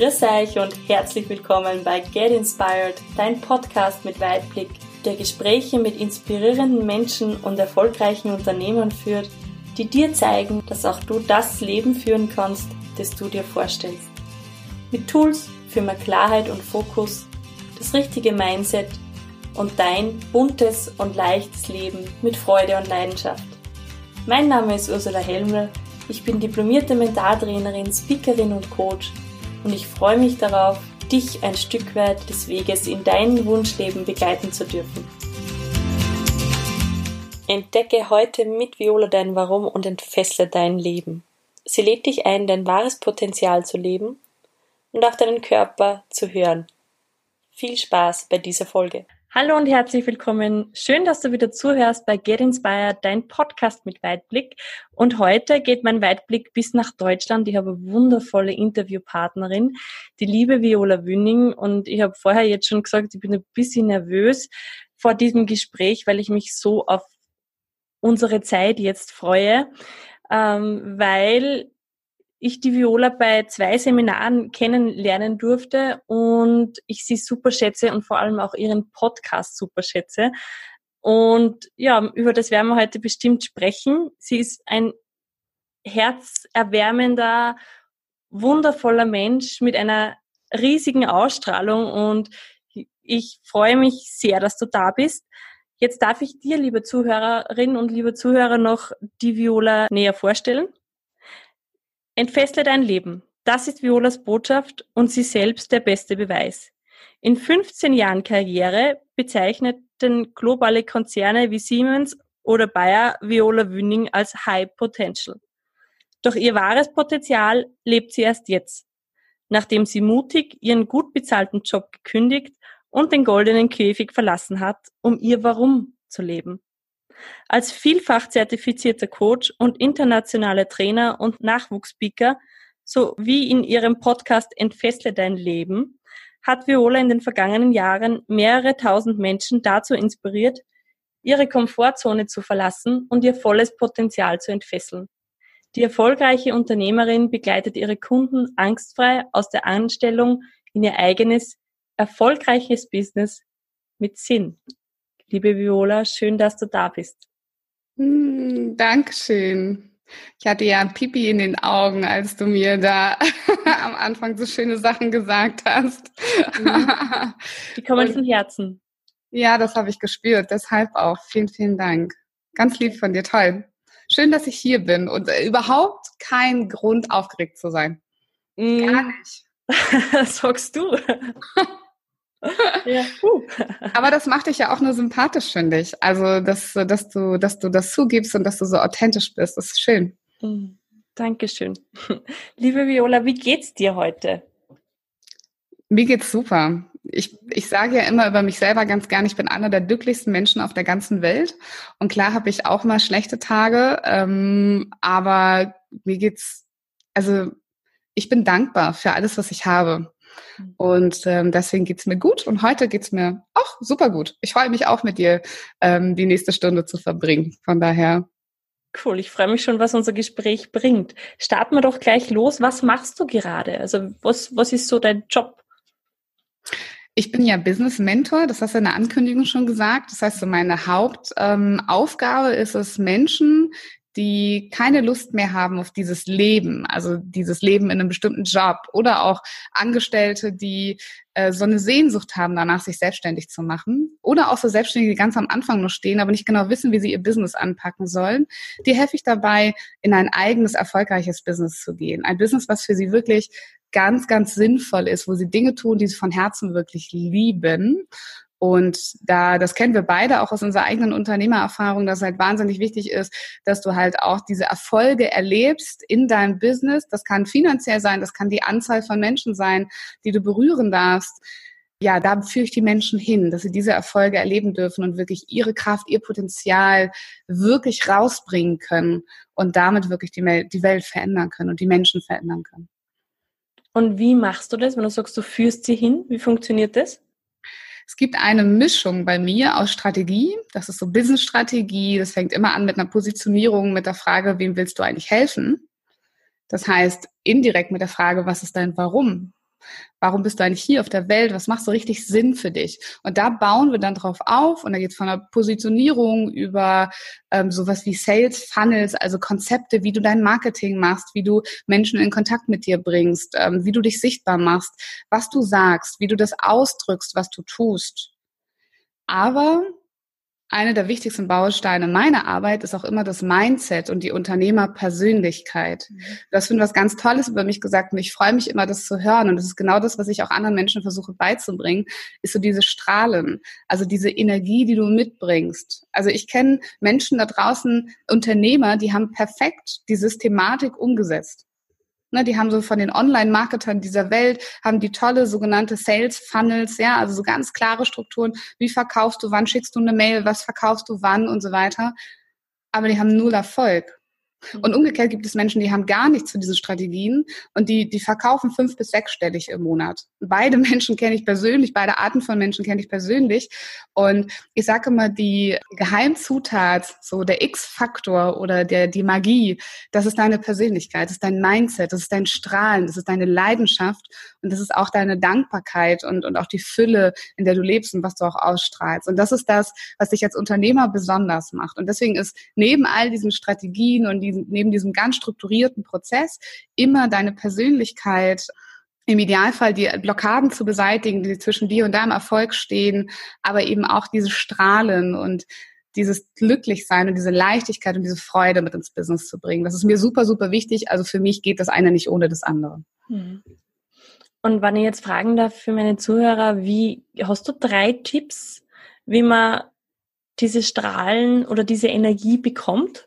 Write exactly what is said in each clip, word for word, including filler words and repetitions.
Grüß euch und herzlich willkommen bei Get Inspired, dein Podcast mit Weitblick, der Gespräche mit inspirierenden Menschen und erfolgreichen Unternehmern führt, die dir zeigen, dass auch du das Leben führen kannst, das du dir vorstellst. Mit Tools für mehr Klarheit und Fokus, das richtige Mindset und dein buntes und leichtes Leben mit Freude und Leidenschaft. Mein Name ist Ursula Helmel, ich bin diplomierte Mentaltrainerin, Speakerin und Coach und ich freue mich darauf, dich ein Stück weit des Weges in dein Wunschleben begleiten zu dürfen. Entdecke heute mit Viola dein Warum und entfessle dein Leben. Sie lädt dich ein, dein wahres Potenzial zu leben und auch deinen Körper zu hören. Viel Spaß bei dieser Folge. Hallo und herzlich willkommen. Schön, dass du wieder zuhörst bei Get Inspired, dein Podcast mit Weitblick. Und heute geht mein Weitblick bis nach Deutschland. Ich habe eine wundervolle Interviewpartnerin, die liebe Viola Wünning. Und ich habe vorher jetzt schon gesagt, ich bin ein bisschen nervös vor diesem Gespräch, weil ich mich so auf unsere Zeit jetzt freue, ähm, weil ich die Viola bei zwei Seminaren kennenlernen durfte und ich sie super schätze und vor allem auch ihren Podcast super schätze. Und ja, über das werden wir heute bestimmt sprechen. Sie ist ein herzerwärmender, wundervoller Mensch mit einer riesigen Ausstrahlung und ich freue mich sehr, dass du da bist. Jetzt darf ich dir, liebe Zuhörerin und liebe Zuhörer, noch die Viola näher vorstellen. Entfessle dein Leben. Das ist Violas Botschaft und sie selbst der beste Beweis. In fünfzehn Jahren Karriere bezeichneten globale Konzerne wie Siemens oder Bayer Viola Wünning als High Potential. Doch ihr wahres Potenzial lebt sie erst jetzt, nachdem sie mutig ihren gut bezahlten Job gekündigt und den goldenen Käfig verlassen hat, um ihr Warum zu leben. Als vielfach zertifizierter Coach und internationaler Trainer und Nachwuchsspeaker sowie in ihrem Podcast Entfessle dein Leben hat Viola in den vergangenen Jahren mehrere tausend Menschen dazu inspiriert, ihre Komfortzone zu verlassen und ihr volles Potenzial zu entfesseln. Die erfolgreiche Unternehmerin begleitet ihre Kunden angstfrei aus der Anstellung in ihr eigenes, erfolgreiches Business mit Sinn. Liebe Viola, schön, dass du da bist. Mm, Dankeschön. Ich hatte ja ein Pipi in den Augen, als du mir da am Anfang so schöne Sachen gesagt hast. Die kommen von Herzen. Ja, das habe ich gespürt. Deshalb auch. Vielen, vielen Dank. Ganz lieb von dir. Toll. Schön, dass ich hier bin und äh, überhaupt kein Grund, aufgeregt zu sein. Mm. Gar nicht. Sagst du. Ja. Uh. Aber das macht dich ja auch nur sympathisch, finde ich. Also, dass, dass du, dass du das zugibst und dass du so authentisch bist. Das ist schön. Mm. Dankeschön. Liebe Viola, wie geht's dir heute? Mir geht's super. Ich, ich sage ja immer über mich selber ganz gern, ich bin einer der glücklichsten Menschen auf der ganzen Welt. Und klar habe ich auch mal schlechte Tage, ähm, aber mir geht's, also ich bin dankbar für alles, was ich habe. Und ähm, deswegen geht's mir gut und heute geht's mir auch super gut. Ich freue mich auch mit dir, ähm, die nächste Stunde zu verbringen. Von daher. Cool, ich freue mich schon, was unser Gespräch bringt. Starten wir doch gleich los. Was machst du gerade? Also was, was ist so dein Job? Ich bin ja Business Mentor, das hast du in der Ankündigung schon gesagt. Das heißt, so meine Hauptaufgabe ähm, ist es, Menschen, die keine Lust mehr haben auf dieses Leben, also dieses Leben in einem bestimmten Job oder auch Angestellte, die äh, so eine Sehnsucht haben, danach sich selbstständig zu machen oder auch so Selbstständige, die ganz am Anfang noch stehen, aber nicht genau wissen, wie sie ihr Business anpacken sollen. Die helfe ich dabei, in ein eigenes, erfolgreiches Business zu gehen. Ein Business, was für sie wirklich ganz, ganz sinnvoll ist, wo sie Dinge tun, die sie von Herzen wirklich lieben. Und da, das kennen wir beide auch aus unserer eigenen Unternehmererfahrung, dass es halt wahnsinnig wichtig ist, dass du halt auch diese Erfolge erlebst in deinem Business. Das kann finanziell sein, das kann die Anzahl von Menschen sein, die du berühren darfst. Ja, da führe ich die Menschen hin, dass sie diese Erfolge erleben dürfen und wirklich ihre Kraft, ihr Potenzial wirklich rausbringen können und damit wirklich die, die Welt verändern können und die Menschen verändern können. Und wie machst du das, wenn du sagst, du führst sie hin? Wie funktioniert das? Es gibt eine Mischung bei mir aus Strategie, das ist so Business-Strategie, das fängt immer an mit einer Positionierung, mit der Frage, wem willst du eigentlich helfen? Das heißt, indirekt mit der Frage, was ist dein Warum? Warum bist du eigentlich hier auf der Welt? Was macht so richtig Sinn für dich? Und da bauen wir dann drauf auf. Und da geht es von der Positionierung über ähm, sowas wie Sales Funnels, also Konzepte, wie du dein Marketing machst, wie du Menschen in Kontakt mit dir bringst, ähm, wie du dich sichtbar machst, was du sagst, wie du das ausdrückst, was du tust. Aber eine der wichtigsten Bausteine meiner Arbeit ist auch immer das Mindset und die Unternehmerpersönlichkeit. Du hast was ganz Tolles über mich gesagt und ich freue mich immer, das zu hören. Und das ist genau das, was ich auch anderen Menschen versuche beizubringen, ist so diese Strahlen, also diese Energie, die du mitbringst. Also ich kenne Menschen da draußen, Unternehmer, die haben perfekt die Systematik umgesetzt. Ne, die haben so von den Online-Marketern dieser Welt, haben die tolle sogenannte Sales-Funnels, ja, also so ganz klare Strukturen. Wie verkaufst du, wann schickst du eine Mail, was verkaufst du wann und so weiter. Aber die haben null Erfolg. Und umgekehrt gibt es Menschen, die haben gar nichts zu diesen Strategien und die, die verkaufen fünf- bis sechsstellig im Monat. Beide Menschen kenne ich persönlich, beide Arten von Menschen kenne ich persönlich. Und ich sage immer, die Geheimzutat, so der X-Faktor oder der, die Magie, das ist deine Persönlichkeit, das ist dein Mindset, das ist dein Strahlen, das ist deine Leidenschaft und das ist auch deine Dankbarkeit und, und auch die Fülle, in der du lebst und was du auch ausstrahlst. Und das ist das, was dich als Unternehmer besonders macht. Und deswegen ist neben all diesen Strategien und diesen neben diesem ganz strukturierten Prozess immer deine Persönlichkeit, im Idealfall die Blockaden zu beseitigen, die zwischen dir und deinem Erfolg stehen, aber eben auch diese Strahlen und dieses Glücklichsein und diese Leichtigkeit und diese Freude mit ins Business zu bringen. Das ist mir super, super wichtig. Also für mich geht das eine nicht ohne das andere. Und wenn ich jetzt fragen darf für meine Zuhörer, wie hast du drei Tipps, wie man diese Strahlen oder diese Energie bekommt?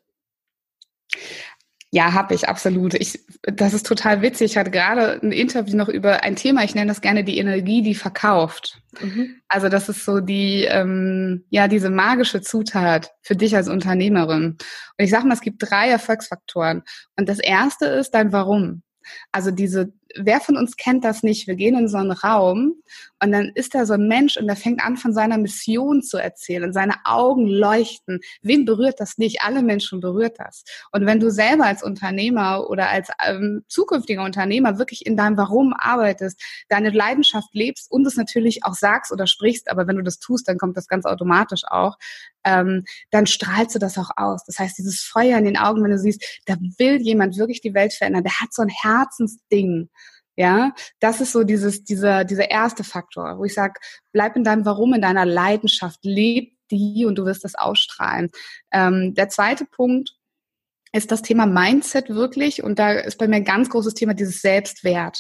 Ja, habe ich, absolut. Ich, das ist total witzig. Ich hatte gerade ein Interview noch über ein Thema, ich nenne das gerne die Energie, die verkauft. Mhm. Also das ist so die, ähm, ja, diese magische Zutat für dich als Unternehmerin. Und ich sage mal, es gibt drei Erfolgsfaktoren. Und das erste ist dein Warum. Also diese, wer von uns kennt das nicht? Wir gehen in so einen Raum und dann ist da so ein Mensch und der fängt an, von seiner Mission zu erzählen. Seine Augen leuchten. Wen berührt das nicht? Alle Menschen berührt das. Und wenn du selber als Unternehmer oder als ähm, zukünftiger Unternehmer wirklich in deinem Warum arbeitest, deine Leidenschaft lebst und es natürlich auch sagst oder sprichst, aber wenn du das tust, dann kommt das ganz automatisch auch, ähm, dann strahlst du das auch aus. Das heißt, dieses Feuer in den Augen, wenn du siehst, da will jemand wirklich die Welt verändern, der hat so ein Herzensding. Ja, das ist so dieses, dieser, dieser erste Faktor, wo ich sage, bleib in deinem Warum, in deiner Leidenschaft, leb die und du wirst das ausstrahlen. Ähm, der zweite Punkt ist das Thema Mindset wirklich und da ist bei mir ein ganz großes Thema dieses Selbstwert.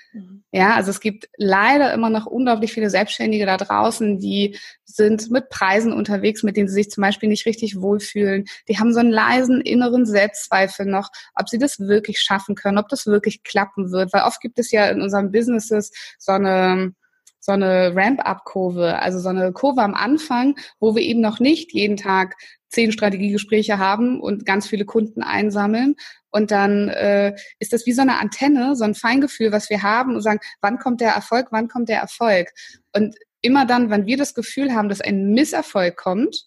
Ja, also es gibt leider immer noch unglaublich viele Selbstständige da draußen, die sind mit Preisen unterwegs, mit denen sie sich zum Beispiel nicht richtig wohlfühlen. Die haben so einen leisen inneren Selbstzweifel noch, ob sie das wirklich schaffen können, ob das wirklich klappen wird. Weil oft gibt es ja in unseren Businesses so eine so eine Ramp-up-Kurve, also so eine Kurve am Anfang, wo wir eben noch nicht jeden Tag zehn Strategiegespräche haben und ganz viele Kunden einsammeln. Und dann äh, ist das wie so eine Antenne, so ein Feingefühl, was wir haben und sagen, wann kommt der Erfolg, wann kommt der Erfolg? Und immer dann, wenn wir das Gefühl haben, dass ein Misserfolg kommt,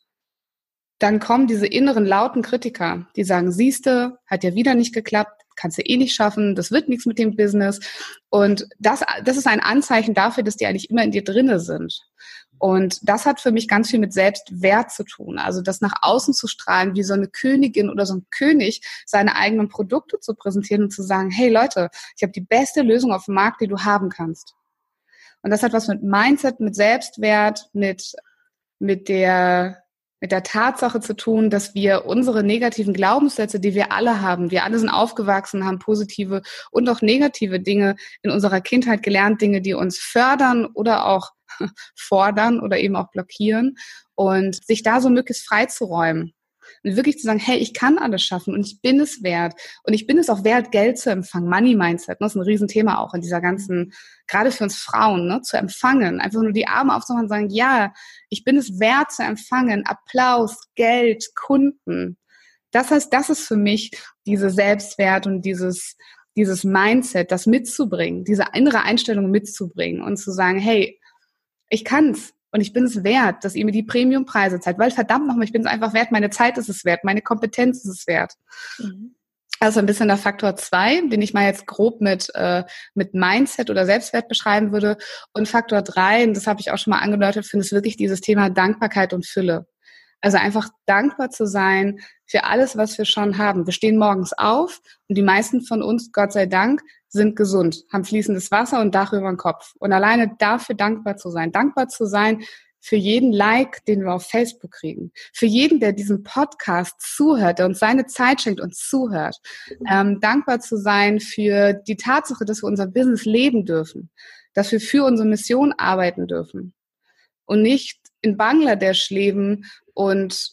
dann kommen diese inneren lauten Kritiker, die sagen, siehste, hat ja wieder nicht geklappt, kannst du eh nicht schaffen, das wird nichts mit dem Business. Und das, das ist ein Anzeichen dafür, dass die eigentlich immer in dir drinne sind. Und das hat für mich ganz viel mit Selbstwert zu tun. Also das nach außen zu strahlen, wie so eine Königin oder so ein König, seine eigenen Produkte zu präsentieren und zu sagen, hey Leute, ich habe die beste Lösung auf dem Markt, die du haben kannst. Und das hat was mit Mindset, mit Selbstwert, mit, mit der, mit der Tatsache zu tun, dass wir unsere negativen Glaubenssätze, die wir alle haben, wir alle sind aufgewachsen, haben positive und auch negative Dinge in unserer Kindheit gelernt, Dinge, die uns fördern oder auch fordern oder eben auch blockieren und sich da so möglichst frei zu räumen. Und wirklich zu sagen, hey, ich kann alles schaffen und ich bin es wert. Und ich bin es auch wert, Geld zu empfangen. Money Mindset, das ist ein Riesenthema auch in dieser ganzen, gerade für uns Frauen, ne, zu empfangen. Einfach nur die Arme aufzumachen und sagen, ja, ich bin es wert zu empfangen. Applaus, Geld, Kunden. Das heißt, das ist für mich diese Selbstwert und dieses, dieses Mindset, das mitzubringen, diese innere Einstellung mitzubringen und zu sagen, hey, ich kann's. Und ich bin es wert, dass ihr mir die Premiumpreise zahlt, weil verdammt nochmal, ich bin es einfach wert, meine Zeit ist es wert, meine Kompetenz ist es wert. Mhm. Also ein bisschen der Faktor zwei, den ich mal jetzt grob mit äh, mit Mindset oder Selbstwert beschreiben würde. Und Faktor drei, und das habe ich auch schon mal angedeutet, finde ich wirklich dieses Thema Dankbarkeit und Fülle. Also einfach dankbar zu sein für alles, was wir schon haben. Wir stehen morgens auf und die meisten von uns, Gott sei Dank, sind gesund, haben fließendes Wasser und Dach über dem Kopf. Und alleine dafür dankbar zu sein, dankbar zu sein für jeden Like, den wir auf Facebook kriegen, für jeden, der diesem Podcast zuhört, der uns seine Zeit schenkt und zuhört, ähm, dankbar zu sein für die Tatsache, dass wir unser Business leben dürfen, dass wir für unsere Mission arbeiten dürfen und nicht in Bangladesch leben und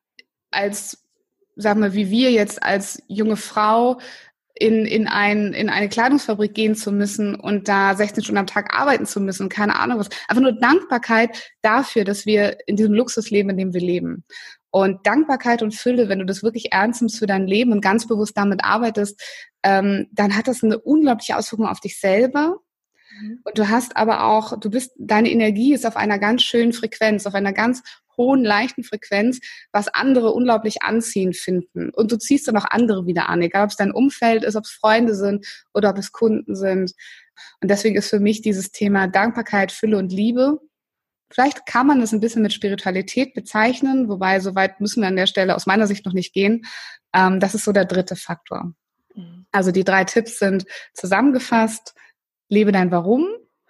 als, sagen wir, wie wir jetzt als junge Frau in, in, ein, in eine Kleidungsfabrik gehen zu müssen und da sechzehn Stunden am Tag arbeiten zu müssen, keine Ahnung was. Einfach nur Dankbarkeit dafür, dass wir in diesem Luxus leben, in dem wir leben. Und Dankbarkeit und Fülle, wenn du das wirklich ernst nimmst für dein Leben und ganz bewusst damit arbeitest, ähm, dann hat das eine unglaubliche Auswirkung auf dich selber. Und du hast aber auch, du bist, deine Energie ist auf einer ganz schönen Frequenz, auf einer ganz hohen, leichten Frequenz, was andere unglaublich anziehend finden. Und du ziehst dann auch andere wieder an, egal ob es dein Umfeld ist, ob es Freunde sind oder ob es Kunden sind. Und deswegen ist für mich dieses Thema Dankbarkeit, Fülle und Liebe. Vielleicht kann man das ein bisschen mit Spiritualität bezeichnen, wobei so weit müssen wir an der Stelle aus meiner Sicht noch nicht gehen. Ähm, das ist so der dritte Faktor. Also die drei Tipps sind zusammengefasst: Lebe dein Warum.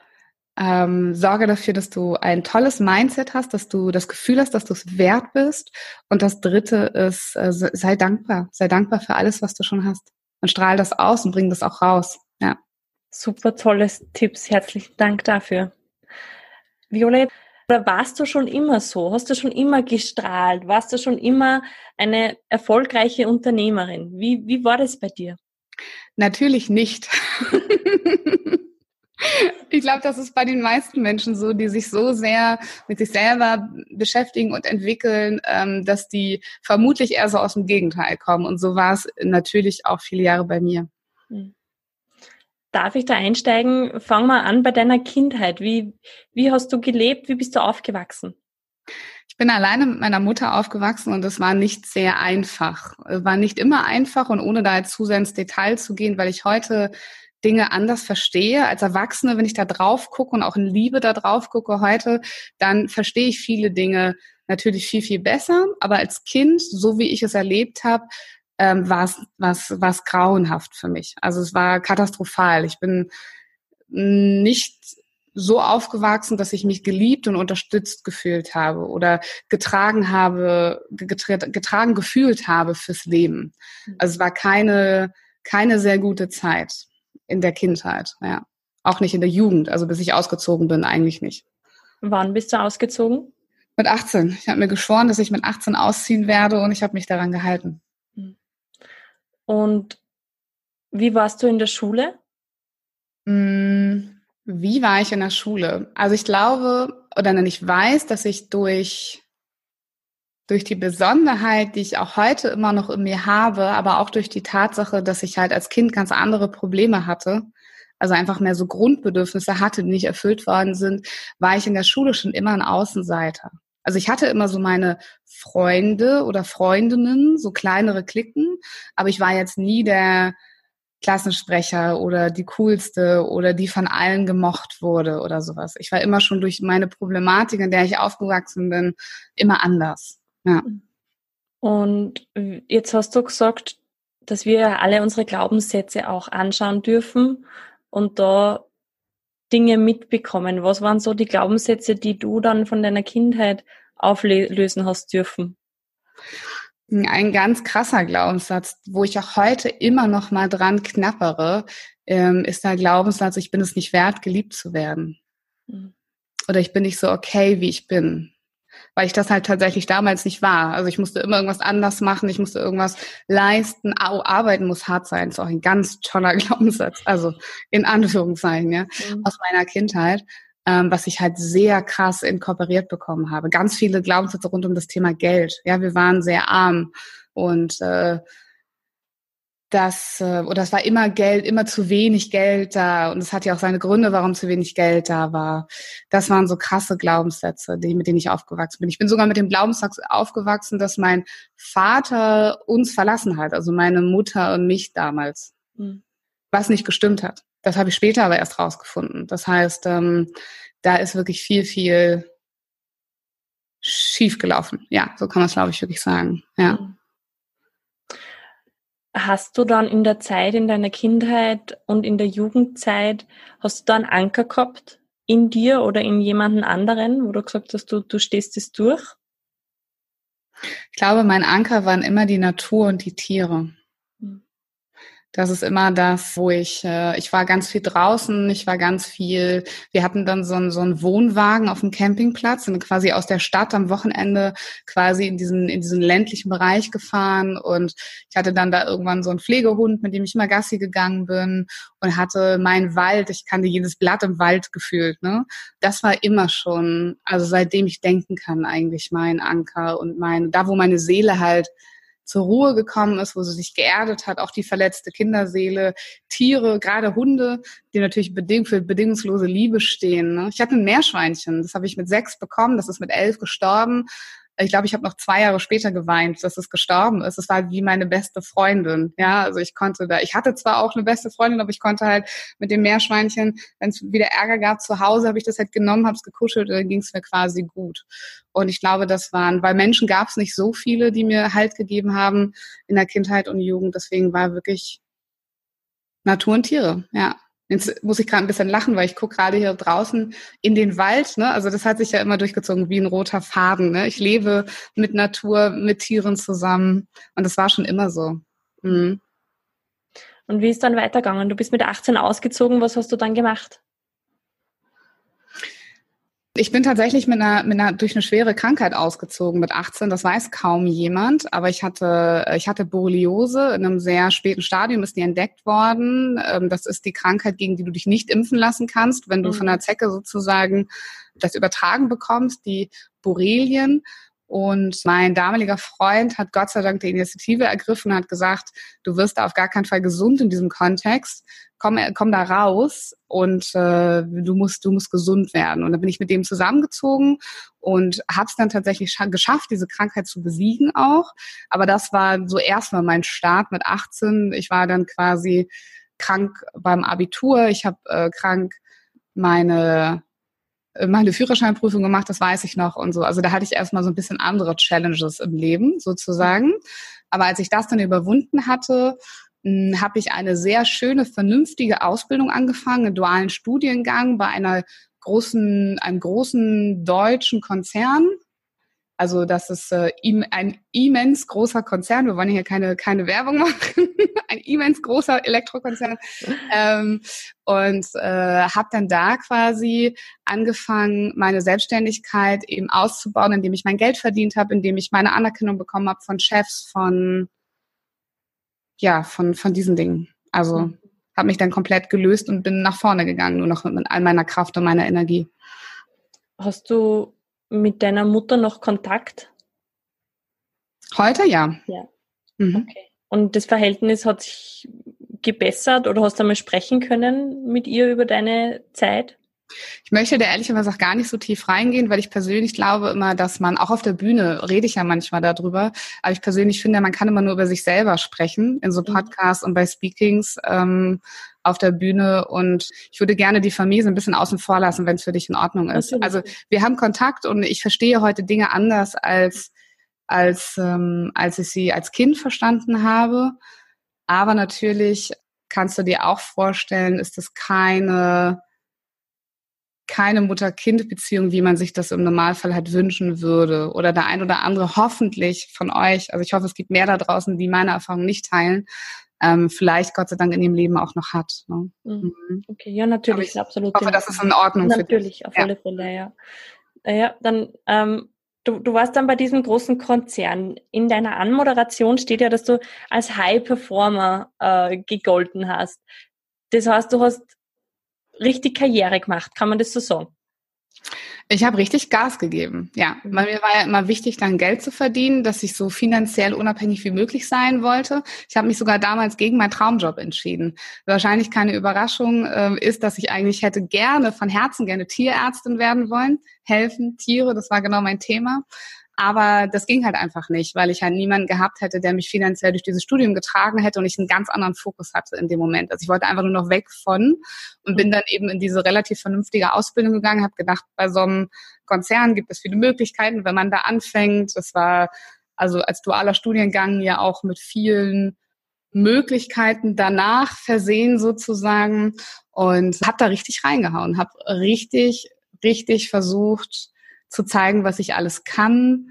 Ähm, sorge dafür, dass du ein tolles Mindset hast, dass du das Gefühl hast, dass du es wert bist. Und das Dritte ist, äh, sei dankbar. Sei dankbar für alles, was du schon hast. Und strahl das aus und bring das auch raus. Ja. Super tolles Tipps. Herzlichen Dank dafür. Violett, oder warst du schon immer so? Hast du schon immer gestrahlt? Warst du schon immer eine erfolgreiche Unternehmerin? Wie, wie war das bei dir? Natürlich nicht. Ich glaube, das ist bei den meisten Menschen so, die sich so sehr mit sich selber beschäftigen und entwickeln, ähm, dass die vermutlich eher so aus dem Gegenteil kommen. Und so war es natürlich auch viele Jahre bei mir. Darf ich da einsteigen? Fang mal an bei deiner Kindheit. Wie, wie hast du gelebt? Wie bist du aufgewachsen? Ich bin alleine mit meiner Mutter aufgewachsen und es war nicht sehr einfach. Es war nicht immer einfach, und ohne da jetzt zu sehr ins Detail zu gehen, weil ich heute Dinge anders verstehe. Als Erwachsene, wenn ich da drauf gucke und auch in Liebe da drauf gucke heute, dann verstehe ich viele Dinge natürlich viel, viel besser. Aber als Kind, so wie ich es erlebt habe, ähm, war es was, was grauenhaft für mich. Also es war katastrophal. Ich bin nicht so aufgewachsen, dass ich mich geliebt und unterstützt gefühlt habe oder getragen habe, getragen gefühlt habe fürs Leben. Also es war keine, keine sehr gute Zeit in der Kindheit, ja. Auch nicht in der Jugend, also bis ich ausgezogen bin, eigentlich nicht. Wann bist du ausgezogen? Mit achtzehn. Ich habe mir geschworen, dass ich mit achtzehn ausziehen werde, und ich habe mich daran gehalten. Und wie warst du in der Schule? Wie war ich in der Schule? Also ich glaube, oder nein, ich weiß, dass ich durch durch die Besonderheit, die ich auch heute immer noch in mir habe, aber auch durch die Tatsache, dass ich halt als Kind ganz andere Probleme hatte, also einfach mehr so Grundbedürfnisse hatte, die nicht erfüllt worden sind, war ich in der Schule schon immer ein Außenseiter. Also ich hatte immer so meine Freunde oder Freundinnen, so kleinere Cliquen, aber ich war jetzt nie der Klassensprecher oder die coolste oder die von allen gemocht wurde oder sowas. Ich war immer schon durch meine Problematik, in der ich aufgewachsen bin, immer anders. Ja. Und jetzt hast du gesagt, dass wir alle unsere Glaubenssätze auch anschauen dürfen und da Dinge mitbekommen. Was waren so die Glaubenssätze, die du dann von deiner Kindheit auflösen hast dürfen? Ein ganz krasser Glaubenssatz, wo ich auch heute immer noch mal dran knappere, ähm, ist der Glaubenssatz: Ich bin es nicht wert, geliebt zu werden. Mhm. Oder ich bin nicht so okay, wie ich bin. Weil ich das halt tatsächlich damals nicht war. Also ich musste immer irgendwas anders machen, ich musste irgendwas leisten. Au, arbeiten muss hart sein. Das ist auch ein ganz toller Glaubenssatz, also in Anführungszeichen, ja, mhm. aus meiner Kindheit, ähm, was ich halt sehr krass inkorporiert bekommen habe. Ganz viele Glaubenssätze rund um das Thema Geld. Ja, wir waren sehr arm und äh, dass, äh, oder es war immer Geld, immer zu wenig Geld da und es hat ja auch seine Gründe, warum zu wenig Geld da war. Das waren so krasse Glaubenssätze, die, mit denen ich aufgewachsen bin. Ich bin sogar mit dem Glaubenssatz aufgewachsen, dass mein Vater uns verlassen hat, also meine Mutter und mich damals, mhm. was nicht gestimmt hat. Das habe ich später aber erst rausgefunden. Das heißt, ähm, da ist wirklich viel, viel schief gelaufen. Ja, so kann man es, glaube ich, wirklich sagen. Ja. Mhm. Hast du dann in der Zeit, in deiner Kindheit und in der Jugendzeit, hast du da einen Anker gehabt in dir oder in jemanden anderen, wo du gesagt hast, du, du stehst es durch? Ich glaube, mein Anker waren immer die Natur und die Tiere. Mhm. Das ist immer das, wo ich, äh, ich war ganz viel draußen, ich war ganz viel, wir hatten dann so einen, so einen Wohnwagen auf dem Campingplatz, sind quasi aus der Stadt am Wochenende quasi in diesen, in diesen ländlichen Bereich gefahren und ich hatte dann da irgendwann so einen Pflegehund, mit dem ich immer Gassi gegangen bin und hatte meinen Wald, ich kannte jedes Blatt im Wald gefühlt, ne. Das war immer schon, also seitdem ich denken kann eigentlich mein Anker und mein, da wo meine Seele halt zur Ruhe gekommen ist, wo sie sich geerdet hat, auch die verletzte Kinderseele, Tiere, gerade Hunde, die natürlich bedingt für bedingungslose Liebe stehen. Ne? Ich hatte ein Meerschweinchen, das habe ich mit sechs bekommen, das ist mit elf gestorben. Ich glaube, ich habe noch zwei Jahre später geweint, dass es gestorben ist. Es war wie meine beste Freundin. Ja, also ich konnte da, ich hatte zwar auch eine beste Freundin, aber ich konnte halt mit dem Meerschweinchen, wenn es wieder Ärger gab zu Hause, habe ich das halt genommen, habe es gekuschelt und dann ging es mir quasi gut. Und ich glaube, das waren, weil Menschen gab es nicht so viele, die mir Halt gegeben haben in der Kindheit und Jugend. Deswegen war wirklich Natur und Tiere, ja. Jetzt muss ich gerade ein bisschen lachen, weil ich gucke gerade hier draußen in den Wald. Ne? Also das hat sich ja immer durchgezogen wie ein roter Faden. Ne? Ich lebe mit Natur, mit Tieren zusammen und das war schon immer so. Mhm. Und wie ist dann weitergegangen? Du bist mit achtzehn ausgezogen. Was hast du dann gemacht? Ich bin tatsächlich mit einer, mit einer, durch eine schwere Krankheit ausgezogen mit achtzehn. Das weiß kaum jemand. Aber ich hatte, ich hatte Borreliose in einem sehr späten Stadium, ist die entdeckt worden. Das ist die Krankheit, gegen die du dich nicht impfen lassen kannst, wenn du von der Zecke sozusagen das übertragen bekommst, die Borrelien. Und mein damaliger Freund hat Gott sei Dank die Initiative ergriffen und hat gesagt, du wirst da auf gar keinen Fall gesund in diesem Kontext. Komm, komm da raus und äh, du musst, du musst gesund werden. Und dann bin ich mit dem zusammengezogen und habe es dann tatsächlich scha- geschafft, diese Krankheit zu besiegen auch. Aber das war so erstmal mein Start mit achtzehn. Ich war dann quasi krank beim Abitur. Ich habe äh, krank meine meine Führerscheinprüfung gemacht, das weiß ich noch und so. Also da hatte ich erstmal so ein bisschen andere Challenges im Leben sozusagen. Aber als ich das dann überwunden hatte, habe ich eine sehr schöne, vernünftige Ausbildung angefangen, einen dualen Studiengang bei einer großen, einem großen deutschen Konzern. Also das ist äh, ein immens großer Konzern. Wir wollen hier keine keine Werbung machen. Ein immens großer Elektrokonzern. ähm, und äh, habe dann da quasi angefangen, meine Selbstständigkeit eben auszubauen, indem ich mein Geld verdient habe, indem ich meine Anerkennung bekommen habe von Chefs, von ja von von diesen Dingen. Also mhm. habe mich dann komplett gelöst und bin nach vorne gegangen, nur noch mit all meiner Kraft und meiner Energie. Hast du mit deiner Mutter noch Kontakt? Heute ja. Ja. Mhm. Okay. Und das Verhältnis hat sich gebessert oder hast du einmal sprechen können mit ihr über deine Zeit? Ich möchte da ehrlicherweise auch gar nicht so tief reingehen, weil ich persönlich glaube immer, dass man, auch auf der Bühne rede ich ja manchmal darüber, aber ich persönlich finde, man kann immer nur über sich selber sprechen, in so Podcasts mhm. und bei Speakings ähm, auf der Bühne, und ich würde gerne die Familie so ein bisschen außen vor lassen, wenn es für dich in Ordnung ist. Natürlich. Also wir haben Kontakt und ich verstehe heute Dinge anders, als, als, ähm, als ich sie als Kind verstanden habe, aber natürlich kannst du dir auch vorstellen, ist das keine keine Mutter-Kind-Beziehung, wie man sich das im Normalfall halt wünschen würde. Oder der ein oder andere hoffentlich von euch, also ich hoffe, es gibt mehr da draußen, die meine Erfahrung nicht teilen, ähm, vielleicht Gott sei Dank in ihrem Leben auch noch hat. Ne? Mhm. Okay, ja, natürlich, ich absolut. Ich hoffe, das ist in Ordnung natürlich, für dich. Natürlich, auf alle Fälle, ja. Ja, dann, ähm, du, du warst dann bei diesem großen Konzern. In deiner Anmoderation steht ja, dass du als High-Performer äh, gegolten hast. Das heißt, du hast richtig Karriere gemacht, kann man das so sagen? Ich habe richtig Gas gegeben, ja. Mhm. Weil mir war ja immer wichtig, dann Geld zu verdienen, dass ich so finanziell unabhängig wie möglich sein wollte. Ich habe mich sogar damals gegen meinen Traumjob entschieden. Wahrscheinlich keine Überraschung äh, ist, dass ich eigentlich hätte gerne, von Herzen gerne Tierärztin werden wollen. Helfen, Tiere, das war genau mein Thema. Aber das ging halt einfach nicht, weil ich halt niemanden gehabt hätte, der mich finanziell durch dieses Studium getragen hätte und ich einen ganz anderen Fokus hatte in dem Moment. Also ich wollte einfach nur noch weg von und bin dann eben in diese relativ vernünftige Ausbildung gegangen, habe gedacht, bei so einem Konzern gibt es viele Möglichkeiten, wenn man da anfängt. Das war also als dualer Studiengang ja auch mit vielen Möglichkeiten danach versehen sozusagen und habe da richtig reingehauen, habe richtig, richtig versucht, zu zeigen, was ich alles kann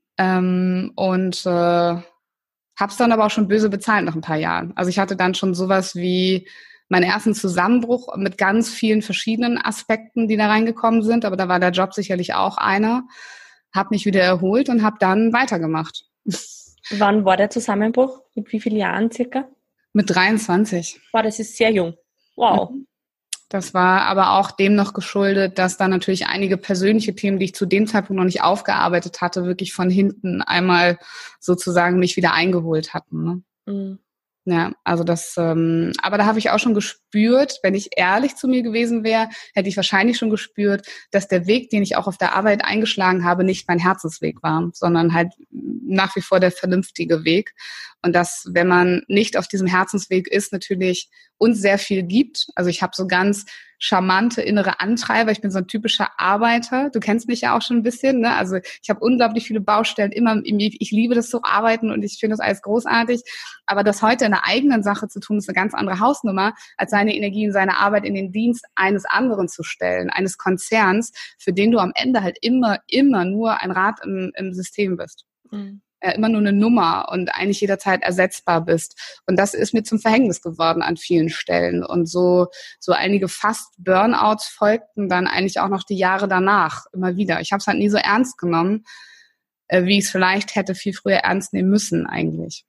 ähm, und äh, habe es dann aber auch schon böse bezahlt nach ein paar Jahren. Also ich hatte dann schon sowas wie meinen ersten Zusammenbruch mit ganz vielen verschiedenen Aspekten, die da reingekommen sind, aber da war der Job sicherlich auch einer. Habe mich wieder erholt und habe dann weitergemacht. Wann war der Zusammenbruch? Mit wie vielen Jahren circa? Mit dreiundzwanzig. Wow, das ist sehr jung. Wow. Mhm. Das war aber auch dem noch geschuldet, dass da natürlich einige persönliche Themen, die ich zu dem Zeitpunkt noch nicht aufgearbeitet hatte, wirklich von hinten einmal sozusagen mich wieder eingeholt hatten. Ne? Mhm. Ja, also das, ähm, aber da habe ich auch schon gespürt, wenn ich ehrlich zu mir gewesen wäre, hätte ich wahrscheinlich schon gespürt, dass der Weg, den ich auch auf der Arbeit eingeschlagen habe, nicht mein Herzensweg war, sondern halt nach wie vor der vernünftige Weg. Und dass, wenn man nicht auf diesem Herzensweg ist, natürlich uns sehr viel gibt. Also ich habe so ganz charmante innere Antreiber. Ich bin so ein typischer Arbeiter. Du kennst mich ja auch schon ein bisschen, ne? Also ich habe unglaublich viele Baustellen. Immer, ich liebe das zu arbeiten und ich finde das alles großartig. Aber das heute in einer eigenen Sache zu tun, ist eine ganz andere Hausnummer, als seine Energie und seine Arbeit in den Dienst eines anderen zu stellen, eines Konzerns, für den du am Ende halt immer, immer nur ein Rad im, im System bist. Mhm. Äh, immer nur eine Nummer und eigentlich jederzeit ersetzbar bist. Und das ist mir zum Verhängnis geworden an vielen Stellen. Und so, so einige fast Burnouts folgten dann eigentlich auch noch die Jahre danach immer wieder. Ich habe es halt nie so ernst genommen, äh, wie ich es vielleicht hätte viel früher ernst nehmen müssen eigentlich.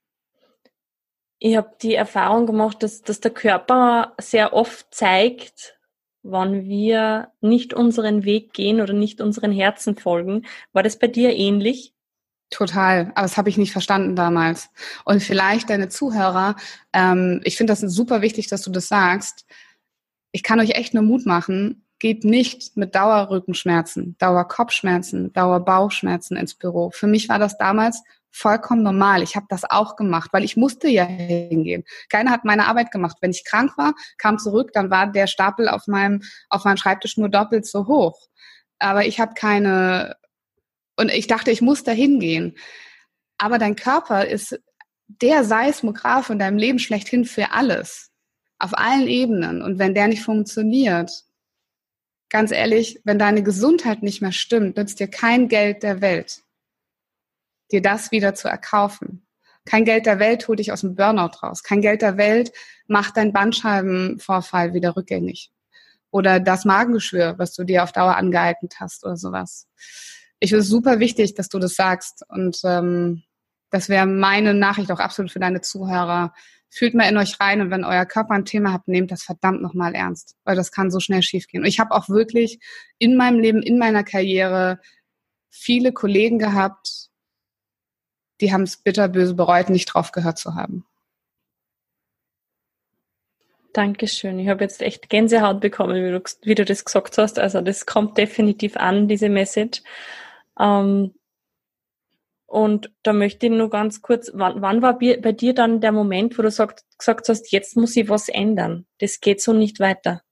Ich habe die Erfahrung gemacht, dass, dass der Körper sehr oft zeigt, wann wir nicht unseren Weg gehen oder nicht unseren Herzen folgen. War das bei dir ähnlich? Total, aber das habe ich nicht verstanden damals. Und vielleicht deine Zuhörer, ähm, ich finde das super wichtig, dass du das sagst. Ich kann euch echt nur Mut machen, geht nicht mit Dauerrückenschmerzen, Dauerkopfschmerzen, Dauerbauchschmerzen ins Büro. Für mich war das damals vollkommen normal. Ich habe das auch gemacht, weil ich musste ja hingehen. Keiner hat meine Arbeit gemacht. Wenn ich krank war, kam zurück, dann war der Stapel auf meinem, auf meinem Schreibtisch nur doppelt so hoch. Aber ich habe keine... Und ich dachte, ich muss da hingehen. Aber dein Körper ist der Seismograph in deinem Leben schlechthin für alles. Auf allen Ebenen. Und wenn der nicht funktioniert, ganz ehrlich, wenn deine Gesundheit nicht mehr stimmt, nützt dir kein Geld der Welt, dir das wieder zu erkaufen. Kein Geld der Welt holt dich aus dem Burnout raus. Kein Geld der Welt macht deinen Bandscheibenvorfall wieder rückgängig. Oder das Magengeschwür, was du dir auf Dauer angeeignet hast oder sowas. Ich finde es super wichtig, dass du das sagst. Und ähm, das wäre meine Nachricht auch absolut für deine Zuhörer. Fühlt mal in euch rein und wenn euer Körper ein Thema habt, nehmt das verdammt nochmal ernst. Weil das kann so schnell schiefgehen. Und ich habe auch wirklich in meinem Leben, in meiner Karriere viele Kollegen gehabt, die haben es bitterböse bereut, nicht drauf gehört zu haben. Dankeschön. Ich habe jetzt echt Gänsehaut bekommen, wie du, wie du das gesagt hast. Also das kommt definitiv an, diese Message. Ähm, und da möchte ich nur ganz kurz, wann, wann war bei dir dann der Moment, wo du sagt, gesagt hast, jetzt muss ich was ändern? Das geht so nicht weiter.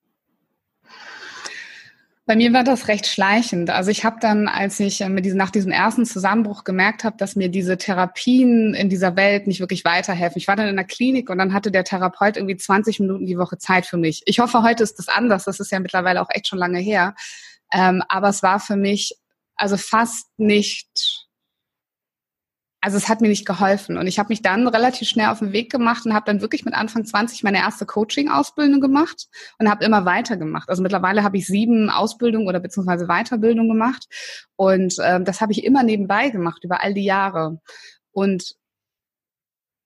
Bei mir war das recht schleichend. Also ich habe dann, als ich mit diesem, nach diesem ersten Zusammenbruch gemerkt habe, dass mir diese Therapien in dieser Welt nicht wirklich weiterhelfen. Ich war dann in der Klinik und dann hatte der Therapeut irgendwie zwanzig Minuten die Woche Zeit für mich. Ich hoffe, heute ist das anders. Das ist ja mittlerweile auch echt schon lange her. Ähm, aber es war für mich also fast nicht... Also es hat mir nicht geholfen und ich habe mich dann relativ schnell auf den Weg gemacht und habe dann wirklich mit Anfang zwanzig meine erste Coaching-Ausbildung gemacht und habe immer weitergemacht. Also mittlerweile habe ich sieben Ausbildungen oder beziehungsweise Weiterbildung gemacht und ähm, das habe ich immer nebenbei gemacht über all die Jahre. Und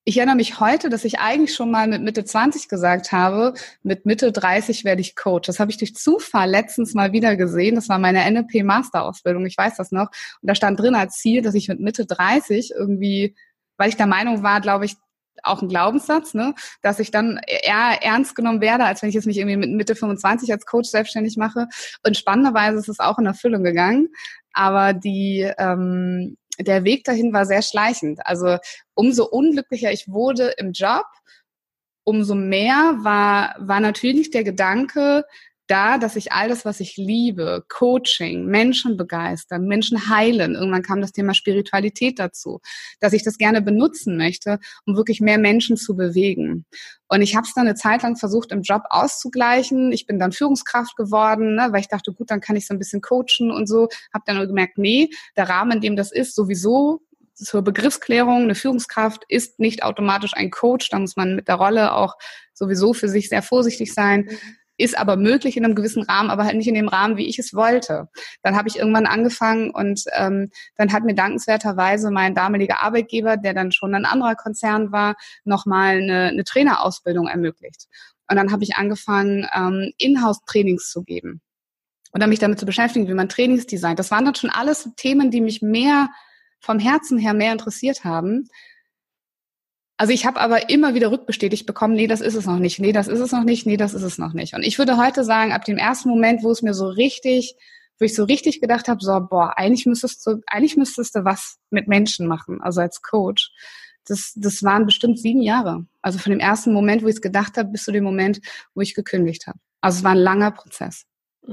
Ich erinnere mich heute, dass ich eigentlich schon mal mit Mitte zwanzig gesagt habe, mit Mitte dreißig werde ich Coach. Das habe ich durch Zufall letztens mal wieder gesehen. Das war meine N L P-Masterausbildung, ich weiß das noch. Und da stand drin als Ziel, dass ich mit Mitte dreißig irgendwie, weil ich der Meinung war, glaube ich, auch ein Glaubenssatz, ne, dass ich dann eher ernst genommen werde, als wenn ich jetzt mich irgendwie mit Mitte fünfundzwanzig als Coach selbstständig mache. Und spannenderweise ist es auch in Erfüllung gegangen. Aber die ähm, der Weg dahin war sehr schleichend. Also umso unglücklicher ich wurde im Job, umso mehr war, war natürlich der Gedanke da, dass ich all das, was ich liebe, Coaching, Menschen begeistern, Menschen heilen, irgendwann kam das Thema Spiritualität dazu, dass ich das gerne benutzen möchte, um wirklich mehr Menschen zu bewegen. Und ich habe es dann eine Zeit lang versucht, im Job auszugleichen. Ich bin dann Führungskraft geworden, ne, weil ich dachte, gut, dann kann ich so ein bisschen coachen und so. Habe dann nur gemerkt, nee, der Rahmen, in dem das ist, sowieso zur Begriffsklärung, eine Führungskraft ist nicht automatisch ein Coach. Da muss man mit der Rolle auch sowieso für sich sehr vorsichtig sein. Mhm. Ist aber möglich in einem gewissen Rahmen, aber halt nicht in dem Rahmen, wie ich es wollte. Dann habe ich irgendwann angefangen und ähm, dann hat mir dankenswerterweise mein damaliger Arbeitgeber, der dann schon ein anderer Konzern war, nochmal eine, eine Trainerausbildung ermöglicht. Und dann habe ich angefangen, ähm, Inhouse-Trainings zu geben und dann mich damit zu beschäftigen, wie man Trainings designt. Das waren dann schon alles Themen, die mich mehr vom Herzen her mehr interessiert haben. Also ich habe aber immer wieder rückbestätigt bekommen, nee, das ist es noch nicht, nee, das ist es noch nicht, nee, das ist es noch nicht. Und ich würde heute sagen, ab dem ersten Moment, wo es mir so richtig, wo ich so richtig gedacht habe, so, boah, eigentlich müsstest du, eigentlich müsstest du was mit Menschen machen, also als Coach. Das, das waren bestimmt sieben Jahre. Also von dem ersten Moment, wo ich es gedacht habe, bis zu dem Moment, wo ich gekündigt habe. Also es war ein langer Prozess.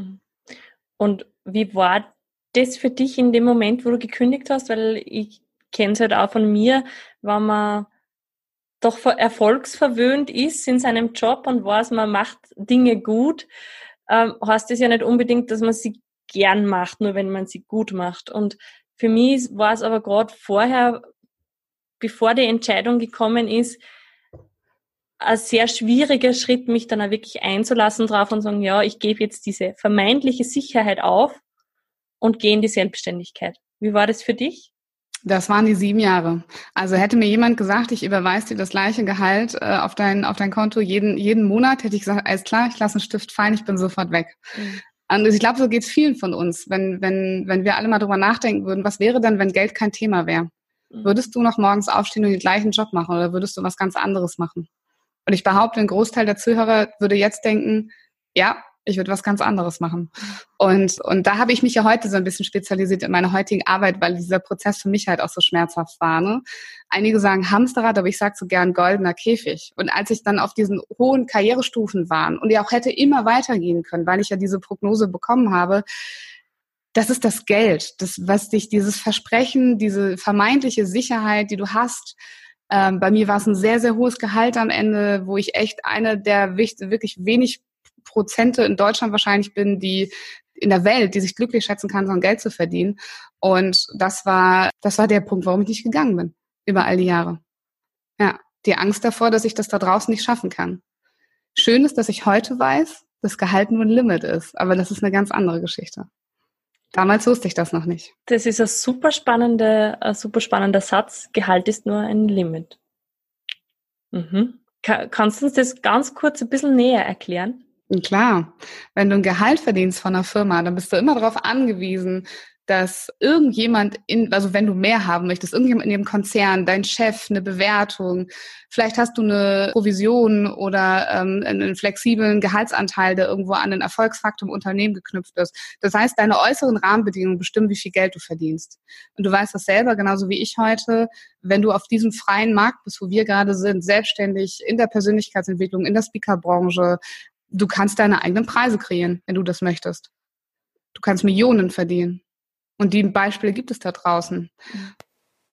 Und wie war das für dich in dem Moment, wo du gekündigt hast? Weil ich kenne es halt auch von mir, wenn man doch erfolgsverwöhnt ist in seinem Job und weiß, man macht Dinge gut, ähm, heißt das ja nicht unbedingt, dass man sie gern macht, nur wenn man sie gut macht. Und für mich war es aber gerade vorher, bevor die Entscheidung gekommen ist, ein sehr schwieriger Schritt, mich dann auch wirklich einzulassen drauf und sagen, ja, ich gebe jetzt diese vermeintliche Sicherheit auf und gehe in die Selbstständigkeit. Wie war das für dich? Das waren die sieben Jahre. Also hätte mir jemand gesagt, ich überweise dir das gleiche Gehalt äh, auf dein auf dein Konto jeden jeden Monat, hätte ich gesagt, alles klar, ich lasse einen Stift fallen, ich bin sofort weg. Mhm. Und ich glaube, so geht's vielen von uns, wenn wenn wenn wir alle mal drüber nachdenken würden, was wäre denn, wenn Geld kein Thema wäre? Mhm. Würdest du noch morgens aufstehen und den gleichen Job machen oder würdest du was ganz anderes machen? Und ich behaupte, ein Großteil der Zuhörer würde jetzt denken, ja, ich würde was ganz anderes machen. Und und da habe ich mich ja heute so ein bisschen spezialisiert in meiner heutigen Arbeit, weil dieser Prozess für mich halt auch so schmerzhaft war. Ne? Einige sagen Hamsterrad, aber ich sage so gern goldener Käfig. Und als ich dann auf diesen hohen Karrierestufen war und die auch hätte immer weitergehen können, weil ich ja diese Prognose bekommen habe, das ist das Geld, das, was dich, dieses Versprechen, diese vermeintliche Sicherheit, die du hast. Ähm, bei mir war es ein sehr, sehr hohes Gehalt am Ende, wo ich echt eine der wirklich wenig Prozente in Deutschland wahrscheinlich bin, die in der Welt, die sich glücklich schätzen kann, so ein Geld zu verdienen. Und das war, das war der Punkt, warum ich nicht gegangen bin, über all die Jahre. Ja, die Angst davor, dass ich das da draußen nicht schaffen kann. Schön ist, dass ich heute weiß, dass Gehalt nur ein Limit ist, aber das ist eine ganz andere Geschichte. Damals wusste ich das noch nicht. Das ist ein super spannender, ein super spannender Satz. Gehalt ist nur ein Limit. Mhm. Kannst du uns das ganz kurz ein bisschen näher erklären? Klar, wenn du ein Gehalt verdienst von einer Firma, dann bist du immer darauf angewiesen, dass irgendjemand, in, also wenn du mehr haben möchtest, irgendjemand in dem Konzern, dein Chef, eine Bewertung, vielleicht hast du eine Provision oder ähm, einen flexiblen Gehaltsanteil, der irgendwo an den Erfolgsfaktor im Unternehmen geknüpft ist. Das heißt, deine äußeren Rahmenbedingungen bestimmen, wie viel Geld du verdienst. Und du weißt das selber, genauso wie ich heute, wenn du auf diesem freien Markt bist, wo wir gerade sind, selbstständig in der Persönlichkeitsentwicklung, in der Speakerbranche, du kannst deine eigenen Preise kreieren, wenn du das möchtest. Du kannst Millionen verdienen. Und die Beispiele gibt es da draußen.